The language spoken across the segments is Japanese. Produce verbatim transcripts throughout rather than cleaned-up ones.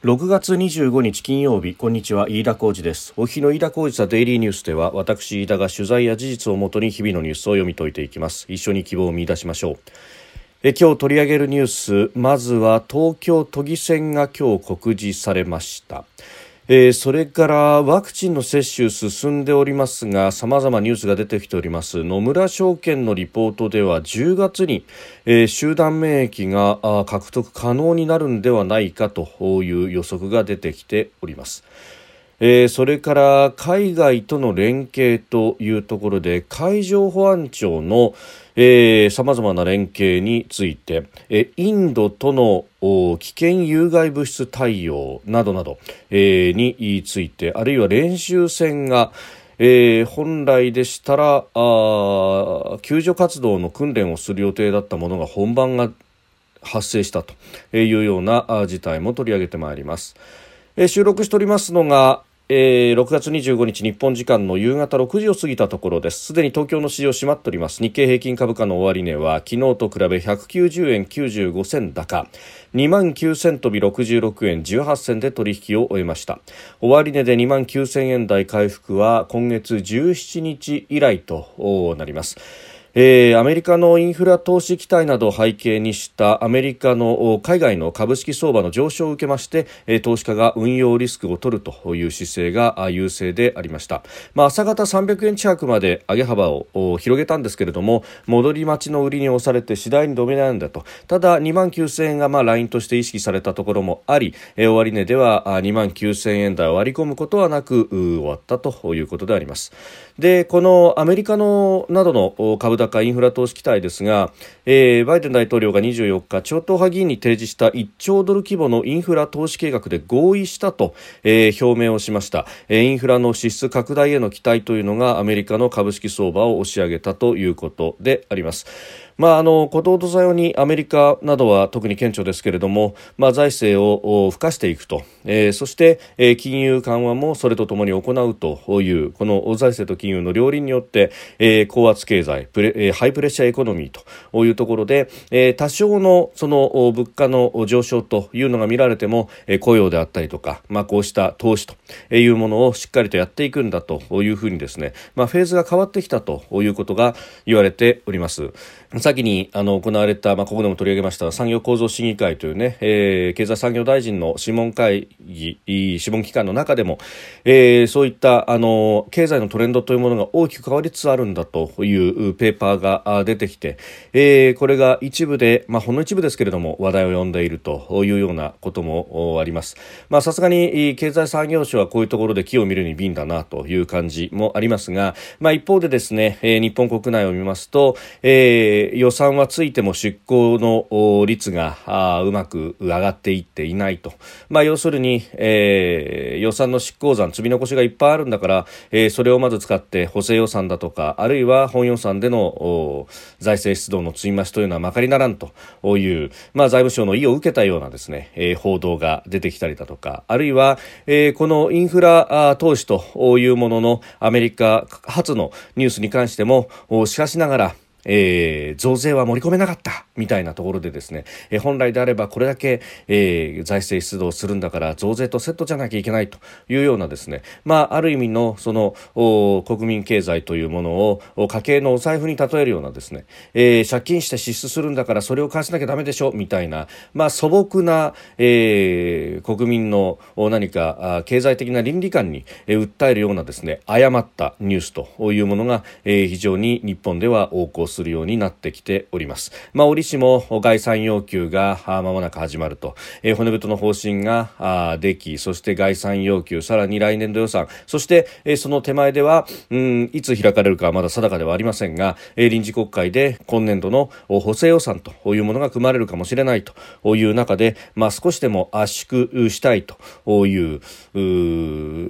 ろくがつにじゅうごにち金曜日、こんにちは、飯田浩司です。お日の飯田浩司ザデイリーニュースでは、私飯田が取材や事実をもとに日々のニュースを読み解いていきます。一緒に希望を見出しましょう。え今日取り上げるニュース、まずは東京都議選が今日告示されました。えー、それからワクチンの接種進んでおりますが、様々ニュースが出てきております。野村証券のリポートではじゅうがつに、えー、集団免疫が獲得可能になるんではないかという予測が出てきております。えー、それから海外との連携というところで、海上保安庁のさまざまな連携について、えインドとの危険有害物質対応などなど、えー、について、あるいは練習船がえー、本来でしたらあ救助活動の訓練をする予定だったものが本番が発生したというような事態も取り上げてまいります。えー、収録しておりますのがえー、ろくがつにじゅうごにち日本時間の夕方ろくじを過ぎたところです。すでに東京の市場閉まっております。日経平均株価の終値は昨日と比べひゃくきゅうじゅうえんきゅうじゅうごせん高 にまんきゅうせん飛びろくじゅうろくえんじゅうはっ銭で取引を終えました。終値でにまんきゅうせんえん台回復は今月じゅうしちにち以来となります。えー、アメリカのインフラ投資期待などを背景にしたアメリカの海外の株式相場の上昇を受けまして、えー、投資家が運用リスクを取るという姿勢が優勢でありました。まあ、朝方さんびゃくえん近くまで上げ幅を広げたんですけれども、戻り待ちの売りに押されて次第に伸び悩んだと。ただにまんきゅうせんえんがまあラインとして意識されたところもあり、えー、終値ではにまんきゅうせんえん台を割り込むことはなく終わったということであります。で、このアメリカのなどの株高インフラ投資期待ですが、えー、バイデン大統領がにじゅうよっか超党派議員に提示したいっちょうドル規模のインフラ投資計画で合意したと、えー、表明をしました。えー、インフラの支出拡大への期待というのがアメリカの株式相場を押し上げたということであります。まあ、あのことごとさようにアメリカなどは特に顕著ですけれども、まあ、財政を付加していくと、えー、そして、えー、金融緩和もそれとともに行うというこの財政と金融の両輪によって、えー、高圧経済プレ、えー、ハイプレッシャーエコノミーというところで、えー、多少のその物価の上昇というのが見られても、えー、雇用であったりとか、まあ、こうした投資というものをしっかりとやっていくんだというふうにですね、まあ、フェーズが変わってきたということが言われております。先にあの行われた、まあ、ここでも取り上げました産業構造審議会というね、えー、経済産業大臣の諮問会議諮問機関の中でも、えー、そういったあの経済のトレンドというものが大きく変わりつつあるんだというペーパーが出てきて、えー、これが一部で、まあ、ほんの一部ですけれども話題を呼んでいるというようなこともあります。まあ、さすがに経済産業省はこういうところで木を見るに敏だなという感じもありますが、まあ、一方でですね、えー、日本国内を見ますと、えー、予算はついても執行の率がうまく上がっていっていないと、まあ、要するに、えー、予算の執行残積み残しがいっぱいあるんだから、えー、それをまず使って補正予算だとかあるいは本予算での財政出動の積み増しというのはまかりならんという、まあ、財務省の意を受けたようなですね、えー、報道が出てきたりだとか、あるいは、えー、このインフラ投資というもののアメリカ発のニュースに関してもしかしながらえー、増税は盛り込めなかったみたいなところでですね、えー、本来であればこれだけ、えー、財政出動するんだから増税とセットじゃなきゃいけないというようなですね、まあ、ある意味のその国民経済というものを家計のお財布に例えるようなですね、えー、借金して支出するんだからそれを返さなきゃダメでしょみたいな、まあ、素朴な、えー、国民の何か経済的な倫理観に、えー、訴えるようなですね誤ったニュースというものが、えー、非常に日本では横行するようになってきております。まあ、折しも概算要求が間もなく始まると、えー、骨太の方針ができ、そして概算要求、さらに来年度予算、そして、えー、その手前では、うん、いつ開かれるかはまだ定かではありませんが、えー、臨時国会で今年度の補正予算というものが組まれるかもしれないという中で、まあ、少しでも圧縮したいという、う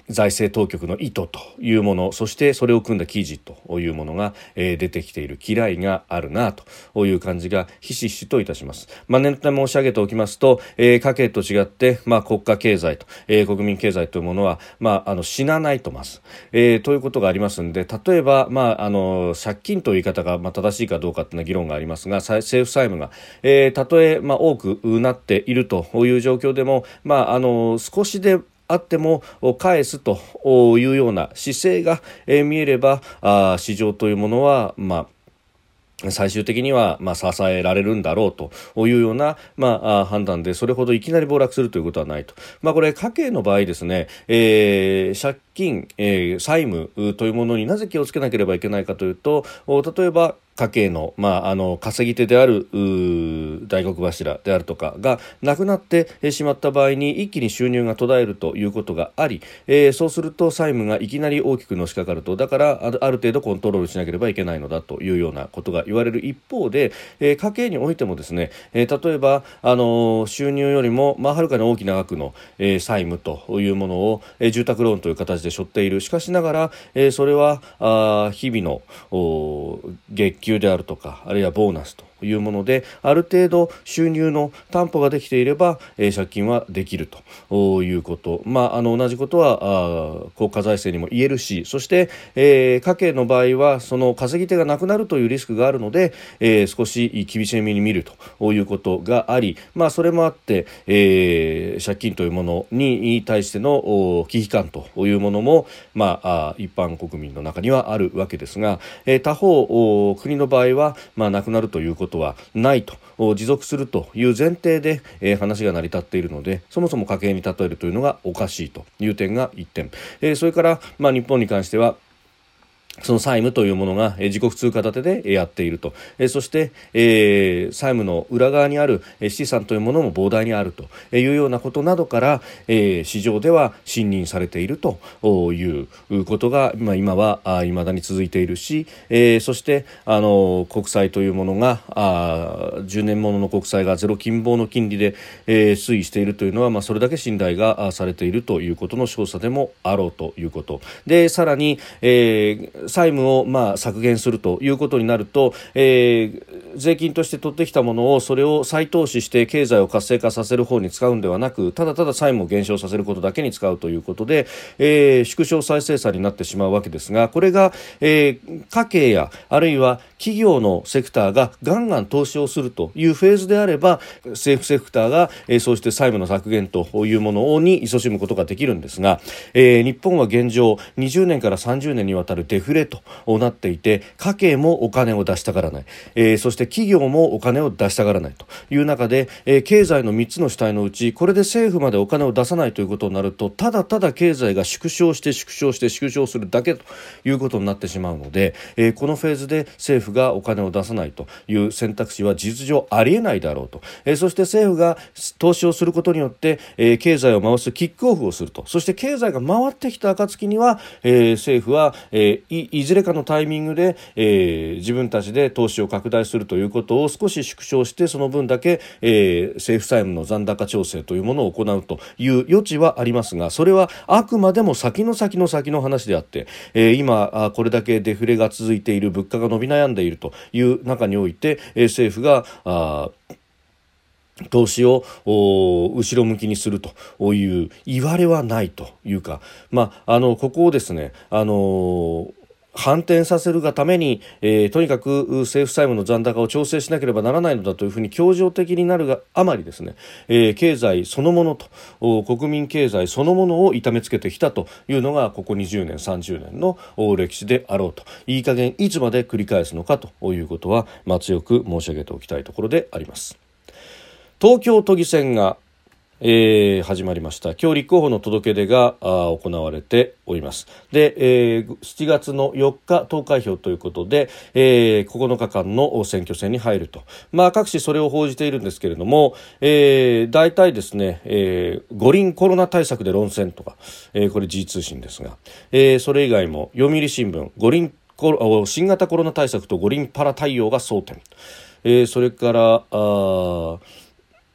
財政当局の意図というもの、そしてそれを組んだ記事というものが、えー、出てきている嫌いがあるなという感じがひしひしといたします。まあ、念のため申し上げておきますと、えー、家計と違って、まあ、国家経済と、えー、国民経済というものは、まあ、あの死なないとます、えー、ということがありますので、例えば、まあ、あの借金という言い方が、まあ、正しいかどうかというのは議論がありますが、政府債務が、えー、たとえ、まあ、多くなっているという状況でも、まあ、あの少しであっても返すというような姿勢が見えれば、市場というものは、まあ、最終的にはまあ支えられるんだろうというような、まあ、判断で、それほどいきなり暴落するということはないと。まあ、これ家計の場合ですね、えー、借金、えー、債務というものになぜ気をつけなければいけないかというと、例えば家計の、まあ、あの稼ぎ手である大黒柱であるとかがなくなってしまった場合に一気に収入が途絶えるということがあり、えー、そうすると債務がいきなり大きくのしかかると、だからある程度コントロールしなければいけないのだというようなことが言われる一方で、えー、家計においてもですね、えー、例えば、あのー、収入よりも、まあ、はるかに大きな額の、えー、債務というものを、えー、住宅ローンという形で背負っている。しかしながら、えー、それはあ日々の月給であるとか、あるいはボーナスというものである程度収入の担保ができていれば、えー、借金はできるということ、まあ、あの同じことはあ国家財政にも言えるし、そして、えー、家計の場合はその稼ぎ手がなくなるというリスクがあるので、えー、少し厳しめに見るということがあり、まあ、それもあって、えー、借金というものに対しての危機感というものも、まあ、一般国民の中にはあるわけですが、えー、他方国の場合は、まあ、なくなるということはないと、持続するという前提で、えー、話が成り立っているので、そもそも家計に例えるというのがおかしいという点がいってん、えー、それから、まあ、日本に関してはその債務というものが自国通貨建てでやっていると、そして、えー、債務の裏側にある資産というものも膨大にあるというようなことなどから、えー、市場では信任されているということが、まあ、今は未だに続いているし、えー、そしてあの国債というものがあじゅうねんものの国債がゼロ近傍の金利で、えー、推移しているというのは、まあ、それだけ信頼がされているということの証左でもあろうということで、さらに、えー債務をまあ削減するということになると、えー、税金として取ってきたものをそれを再投資して経済を活性化させる方に使うんではなく、ただただ債務を減少させることだけに使うということで、えー、縮小再生産になってしまうわけですが、これが、えー、家計やあるいは企業のセクターがガンガン投資をするというフェーズであれば、政府セクターが、えー、そうして債務の削減というものに勤しむことができるんですが、えー、日本は現状にじゅうねんからさんじゅうねんにわたるデフレとなっていて、家計もお金を出したがらない、えー、そして企業もお金を出したがらないという中で、えー、経済のみっつの主体のうちこれで政府までお金を出さないということになると、ただただ経済が縮小して縮小して縮小するだけということになってしまうので、えー、このフェーズで政府がお金を出さないという選択肢は事実上ありえないだろうと、えー、そして政府が投資をすることによって、えー、経済を回すキックオフをすると、そして経済が回ってきた暁には、えー、政府は、えー、い, いずれかのタイミングで、えー、自分たちで投資を拡大するということを少し縮小して、その分だけ、えー、政府債務の残高調整というものを行うという余地はありますが、それはあくまでも先の先の先の話であって、えー、今これだけデフレが続いている、物価が伸び悩んでいるという中において、えー、政府があ投資を後ろ向きにするという言われはないというか、まあ、あのここをですね、あの反転させるがために、えー、とにかく政府債務の残高を調整しなければならないのだというふうに強情的になるがあまりですね、えー、経済そのものと国民経済そのものを痛めつけてきたというのがここにじゅうねんさんじゅうねんの歴史であろうと、いい加減いつまで繰り返すのかということは、まあ、強く申し上げておきたいところであります。東京都議選がえー、始まりました。今日立候補の届け出が行われております。で、えー、しちがつのよっか投開票ということで、えー、ここのかかんの選挙戦に入ると、まあ、各紙それを報じているんですけれども、えー、大体ですね、えー、五輪コロナ対策で論戦とか、えー、これ ジーツー 新ですが、えー、それ以外も読売新聞五輪新型コロナ対策と五輪パラ対応が争点、えー、それからあ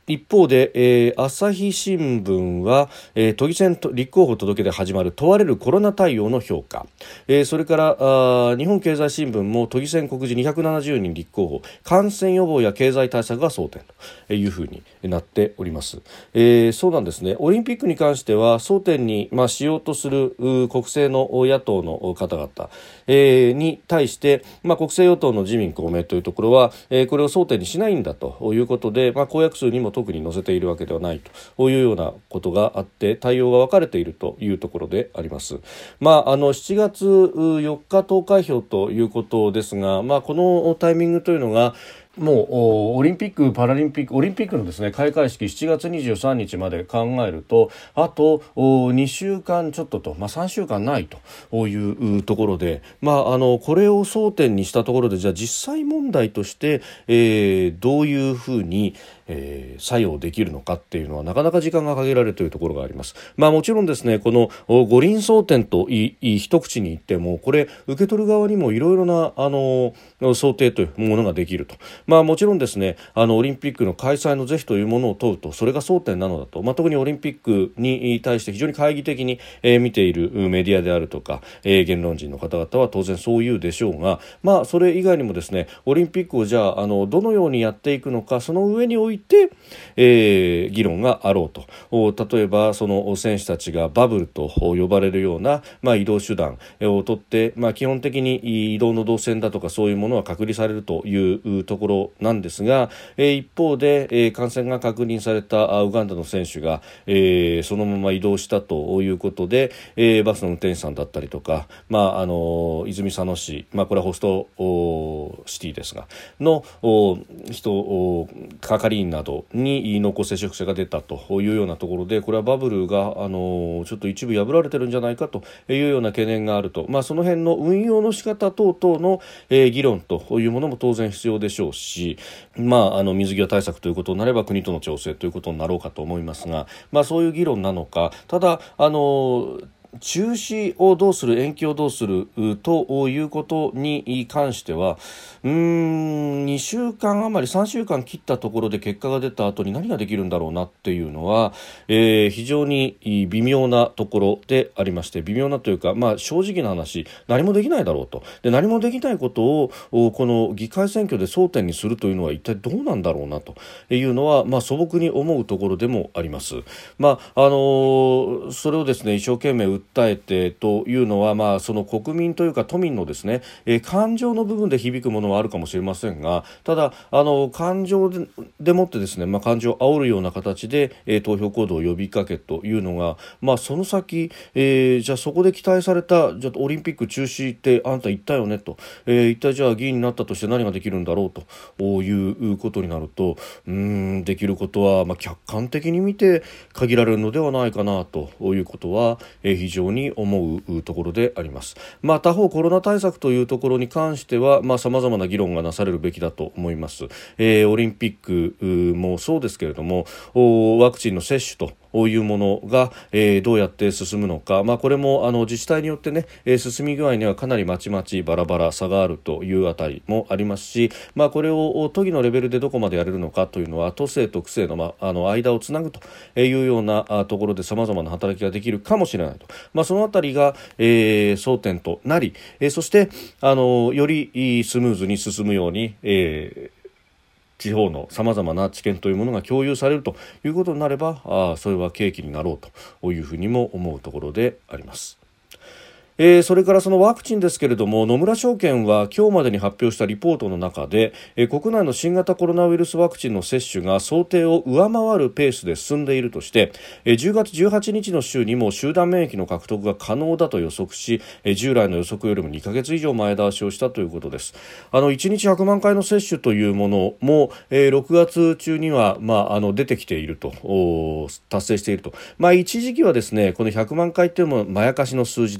一方で、えー、朝日新聞は、えー、都議選と立候補届で始まる問われるコロナ対応の評価、えー、それからあ日本経済新聞も都議選告示にひゃくななじゅうにん立候補、感染予防や経済対策が争点というふうになっております。えー、そうなんですね。オリンピックに関しては争点に、まあ、しようとする国政の野党の方々、えー、に対して、まあ、国政与党の自民公明というところは、えー、これを争点にしないんだということで、まあ、公約数にも特に載せているわけではないというようなことがあって、対応が分かれているというところであります。まあ、あのしちがつよっか投開票ということですが、まあ、このタイミングというのがもうオリンピック・パラリンピックオリンピックのですね開会式しちがつにじゅうさんにちまで考えると、あとにしゅうかんちょっとと、まあ、さんしゅうかんないというところで、まあ、あのこれを争点にしたところで、じゃあ実際問題として、えー、どういうふうにえー、作用できるのかっていうのはなかなか時間が限られるというところがあります。まあもちろんですね、この五輪争点といい一口に言っても、これ受け取る側にもいろいろなあの想定というものができると。まあもちろんですね、あのオリンピックの開催の是非というものを問うと、それが争点なのだと、まあ、特にオリンピックに対して非常に懐疑的に、えー、見ているメディアであるとか、えー、言論人の方々は当然そう言うでしょうが、まあそれ以外にもですね、オリンピックをじゃあ、あのどのようにやっていくのか、その上において、えー、議論があろうと。例えばその選手たちがバブルと呼ばれるような、まあ、移動手段をとって、まあ、基本的に移動の動線だとかそういうものは隔離されるというところなんですが、えー、一方で、えー、感染が確認されたウガンダの選手が、えー、そのまま移動したということで、えー、バスの運転手さんだったりとか、まあ、あの泉佐野市、まあ、これはホストシティですがの人係員などに濃厚接触者が出たというようなところで、これはバブルがあのちょっと一部破られてるんじゃないかというような懸念があると、まあ、その辺の運用の仕方等々の、えー、議論というものも当然必要でしょうし、まあ、あの水際対策ということになれば国との調整ということになろうかと思いますが、まあ、そういう議論なのか、ただあの中止をどうする、延期をどうするということに関しては、うーんにしゅうかん余りさんしゅうかん切ったところで結果が出た後に何ができるんだろうなっていうのは、えー、非常に微妙なところでありまして、微妙なというか、まあ、正直な話何もできないだろうと。で何もできないことをこの議会選挙で争点にするというのは一体どうなんだろうなというのは、まあ、素朴に思うところでもあります。まああのー、それをですね一生懸命訴えてというのは、まあ、その国民というか都民のですね、えー、感情の部分で響くものはあるかもしれませんが、ただあの感情 で, でもってですね、まあ、感情を煽るような形で、えー、投票行動を呼びかけというのが、まあ、その先、えー、じゃあそこで期待されたじゃあオリンピック中止ってあんた言ったよねと、えー、一体じゃあ議員になったとして何ができるんだろうということになると、うーんできることは、まあ、客観的に見て限られるのではないかなということは、えー、非常に思うところであります。まあ、他方コロナ対策というところに関しては、まあ、様々な議論がなされるべきだと思います。えー、オリンピックもそうですけれども、ワクチンの接種とこういうものが、えー、どうやって進むのか、まあ、これもあの自治体によってね、えー、進み具合にはかなりまちまちバラバラ差があるというあたりもありますし、まあ、これを都議のレベルでどこまでやれるのかというのは都政と区政の、まあ、あの間をつなぐというようなところで様々な働きができるかもしれないと、まあ、そのあたりが、えー、争点となり、えー、そしてあのよりスムーズに進むように、えー地方のさまざまな知見というものが共有されるということになれば、あそれは契機になろうというふうにも思うところであります。えー、それからそのワクチンですけれども、野村証券は今日までに発表したリポートの中で、えー、国内の新型コロナウイルスワクチンの接種が想定を上回るペースで進んでいるとして、えー、じゅうがつじゅうはちにちの週にも集団免疫の獲得が可能だと予測し、えー、従来の予測よりもにかげつ以上前倒しをしたということです。あのいちにちひゃくまんかいの接種というものも、えー、ろくがつ中には、まあ、あの出てきていると、達成していると、まあ、一時期はですねこのひゃくまんかいというのもまやかしの数字であって、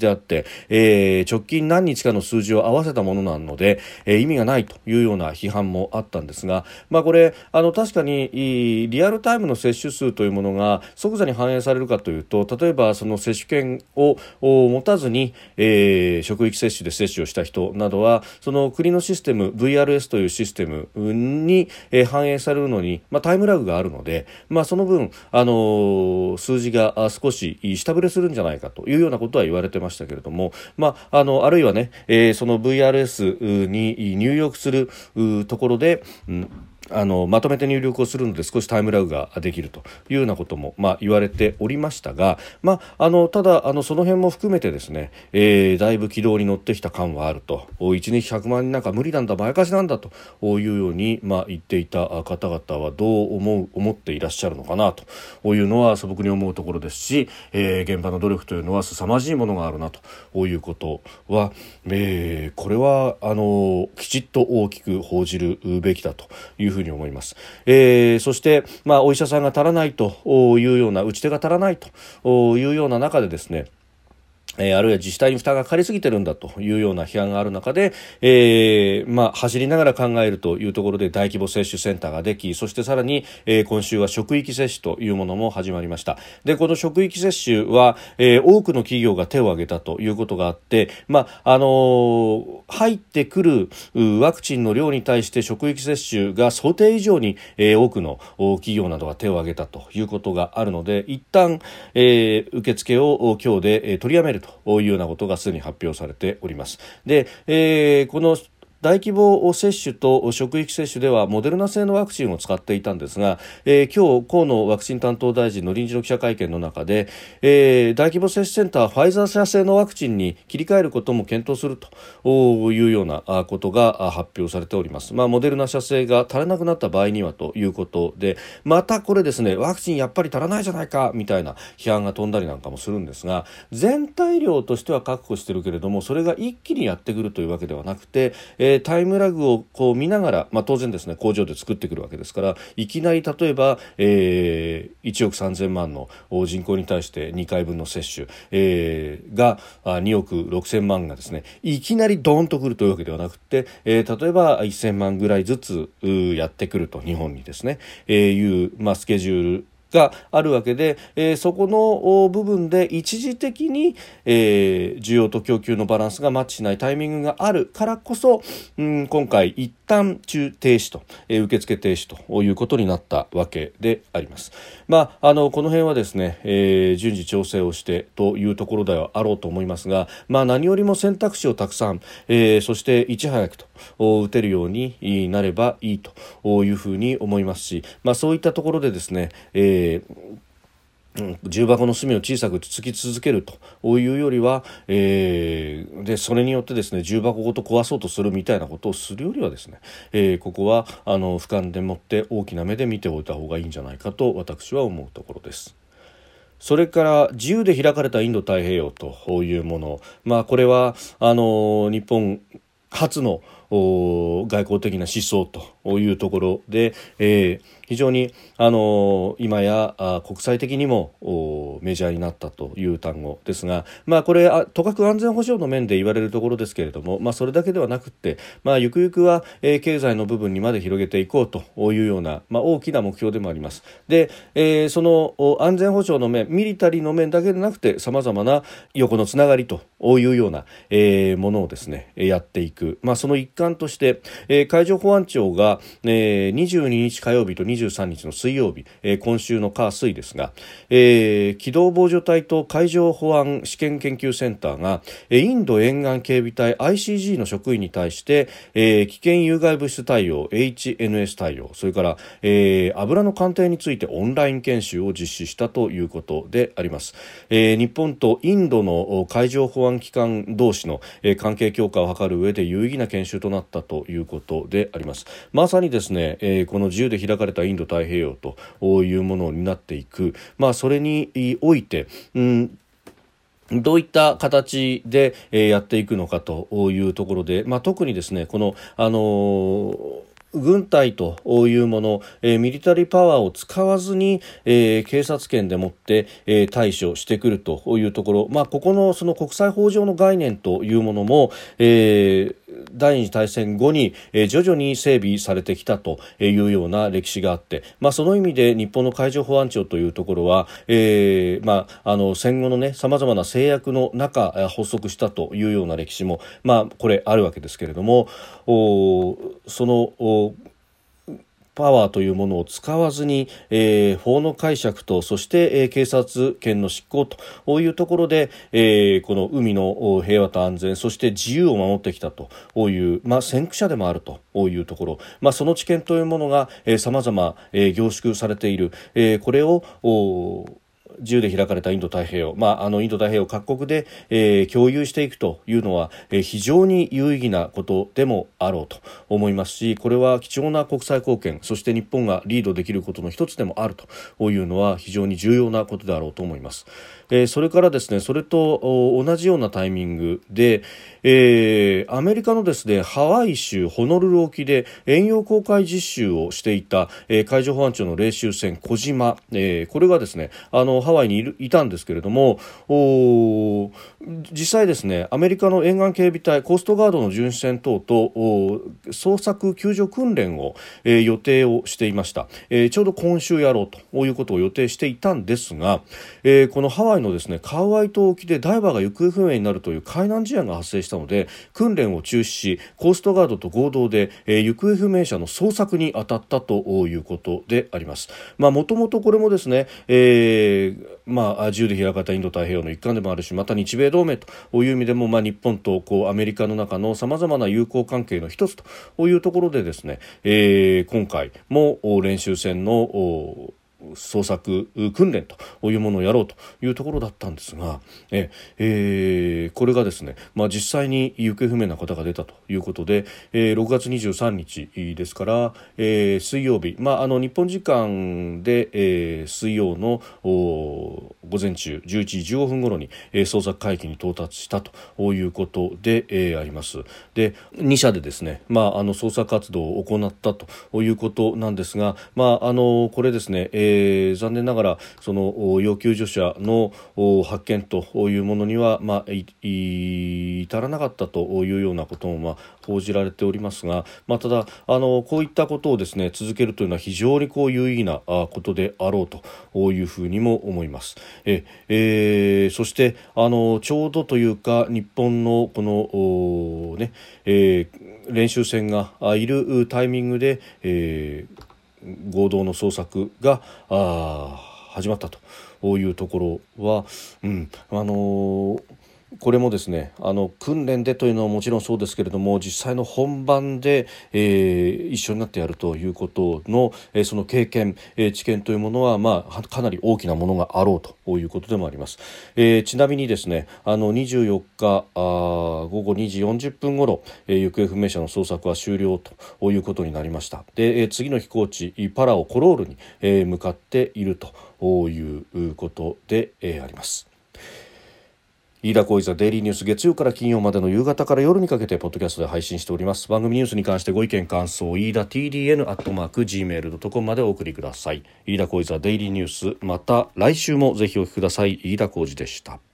えー、直近何日かの数字を合わせたものなので、えー、意味がないというような批判もあったんですが、まあ、これあの確かにリアルタイムの接種数というものが即座に反映されるかというと、例えばその接種券を持たずに、えー、職域接種で接種をした人などはその国のシステム ブイアールエス というシステムに、えー、反映されるのに、まあ、タイムラグがあるので、まあ、その分、あのー、数字が少し下振れするんじゃないかというようなことは言われてましたけれども、まあ、あのあるいはね、えー、その ブイアールエス に入力するところで、うんあのまとめて入力をするので少しタイムラグができるというようなことも、まあ、言われておりましたが、まあ、あのただあのその辺も含めてですね、えー、だいぶ軌道に乗ってきた感はあると、いちにちひゃくまんにんなんか無理なんだ、まやかしなんだというように、まあ、言っていた方々はどう思う思っていらっしゃるのかなというのは素朴に思うところですし、えー、現場の努力というのは凄まじいものがあるなということは、えー、これはあのきちっと大きく報じるべきだというふうに思います。えー、そして、まあ、お医者さんが足らないというような、打ち手が足らないというような中でですね、えー、あるいは自治体に負担がかかりすぎてるんだというような批判がある中で、えーまあ、走りながら考えるというところで大規模接種センターができ、そしてさらに、えー、今週は職域接種というものも始まりました。でこの職域接種は、えー、多くの企業が手を挙げたということがあって、まああのー、入ってくるワクチンの量に対して職域接種が想定以上に、えー、多くの企業などが手を挙げたということがあるので、一旦、えー、受付を今日で、えー、取りやめるというようなことがすでに発表されております。で、えー、この大規模接種と職域接種ではモデルナ製のワクチンを使っていたんですが、えー、今日河野ワクチン担当大臣の臨時の記者会見の中で、えー、大規模接種センターファイザー社製のワクチンに切り替えることも検討するというようなことが発表されております。まあ、モデルナ社製が足らなくなった場合にはということで、またこれですね、ワクチンやっぱり足らないじゃないかみたいな批判が飛んだりなんかもするんですが、全体量としては確保しているけれども、それが一気にやってくるというわけではなくて、えータイムラグをこう見ながら、まあ、当然ですね工場で作ってくるわけですから、いきなり例えば、えー、いちおくさんぜんまんの人口に対してにかいぶんの接種、えー、がにおくろくせんまんがですねいきなりドーンとくるというわけではなくて、えー、例えばせんまんぐらいずつやってくると日本にですね、えー、いう、まあ、スケジュールがあるわけで、えー、そこの部分で一時的に、えー、需要と供給のバランスがマッチしないタイミングがあるからこそ、うん、今回一旦中停止と、えー、受付停止ということになったわけであります。まあ、あのこの辺はですね、えー、順次調整をしてというところではあろうと思いますが、まあ、何よりも選択肢をたくさん、えー、そしていち早くと打てるようになればいいというふうに思いますし、まあ、そういったところでですね、えーうん、重箱の隅を小さくつつき続けるというよりは、えー、でそれによってですね重箱ごと壊そうとするみたいなことをするよりはですね、えー、ここはあの俯瞰でもって大きな目で見ておいた方がいいんじゃないかと私は思うところです。それから自由で開かれたインド太平洋というもの、まあ、これはあの日本初の外交的な思想というところで、えー、非常にあの今や国際的にもメジャーになったという単語ですが、まあ、これとかく安全保障の面で言われるところですけれども、まあ、それだけではなくって、まあ、ゆくゆくは、えー、経済の部分にまで広げていこうというような、まあ、大きな目標でもあります。で、えー、その安全保障の面、ミリタリーの面だけでなくて様々な横のつながりというような、えー、ものをですねやっていく、まあ、その一環として、えー、海上保安庁が、えー、にじゅうににち火曜日とにじゅうさんにちの水曜日、えー、今週の火水ですが、えー、機動防除隊と海上保安試験研究センターが、えー、インド沿岸警備隊 アイシージー の職員に対して、えー、危険有害物質対応 エイチエヌエス 対応、それから、えー、油の鑑定についてオンライン研修を実施したということであります。えー、日本とインドの海上保安機関同士の、えー、関係強化を図る上で有意義な研修となったということであります。まさにですね、えー、この自由で開かれたインド太平洋というものになっていく、まあ、それにおいて、うんどういった形で、えー、やっていくのかというところで、まあ、特にですねこの、あのー軍隊というもの、えー、ミリタリーパワーを使わずに、えー、警察権でもって、えー、対処してくるというところ、まあ、ここのその国際法上の概念というものも、えー、第二次大戦後に、えー、徐々に整備されてきたというような歴史があって、まあ、その意味で日本の海上保安庁というところは、えーまあ、あの戦後のね、様々な制約の中発足したというような歴史も、まあ、これあるわけですけれども、おそのおパワーというものを使わずに、えー、法の解釈とそして、えー、警察権の執行というところで、えー、この海の平和と安全そして自由を守ってきたという、まあ、先駆者でもあるというところ、まあ、その知見というものが、えー、様々、えー、凝縮されている、えー、これを自由で開かれたインド太平洋、まあ、あのインド太平洋各国で、えー、共有していくというのは、えー、非常に有意義なことでもあろうと思いますし、これは貴重な国際貢献そして日本がリードできることの一つでもあるというのは非常に重要なことであろうと思います。えー、それからですね、それと同じようなタイミングで、えー、アメリカのですね、ハワイ州ホノルル沖で遠洋航海実習をしていた、えー、海上保安庁の練習船小島、えー、これがですね、あのハワイにいる、いたんですけれども、お実際ですね、アメリカの沿岸警備隊コーストガードの巡視船等と捜索救助訓練を、えー、予定をしていました。えー、ちょうど今週やろうということを予定していたんですが、えー、このハワイのですね、カウアイ島沖でダイバーが行方不明になるという海難事案が発生したので、訓練を中止しコーストガードと合同で、えー、行方不明者の捜索に当たったということであります。まあ、もともとこれもですね、えーまあ、自由で開かれたインド太平洋の一環でもあるし、また日米同盟という意味でも、まあ、日本とこうアメリカの中のさまざまな友好関係の一つというところでですね、えー、今回も練習船の捜索訓練というものをやろうというところだったんですが、ええー、これがですね、まあ、実際に行方不明な方が出たということで、えー、ろくがつにじゅうさんにちですから、えー、水曜日、まあ、あの日本時間で、えー、水曜の午前中じゅういちじじゅうごふん頃に、えー、捜索海域に到達したということで、えー、あります。で、にしゃでですね、まあ、あの捜索活動を行ったということなんですが、まあ、あのこれですね、えーえー、残念ながらその要救助者の発見というものには、まあ、至らなかったというようなことも、まあ、報じられておりますが、まあ、ただあのこういったことをですね続けるというのは非常にこう有意義なことであろうというふうにも思います。ええー、そしてあのちょうどというか日本のこの、ねえー、練習船がいるタイミングで、えー合同の捜索があ始まったというところは、うんあのーこれもですね、あの訓練でというのはもちろんそうですけれども、実際の本番で、えー、一緒になってやるということの、えー、その経験、えー、知見というものは、まあ、かなり大きなものがあろうということでもあります。えー、ちなみにですね、あのにじゅうよっかあ午後にじよんじゅっぷん頃、えー、行方不明者の捜索は終了ということになりました。で、えー、次の飛行地パラオコロールに、えー、向かっているということで、えー、あります。飯田浩司ザデイリーニュース、月曜から金曜までの夕方から夜にかけてポッドキャストで配信しております。番組ニュースに関してご意見感想、飯田 ティーディーエヌ アットマーク ジーメールドットコム までお送りください。飯田浩司ザデイリーニュース、また来週もぜひお聞きください。飯田浩司でした。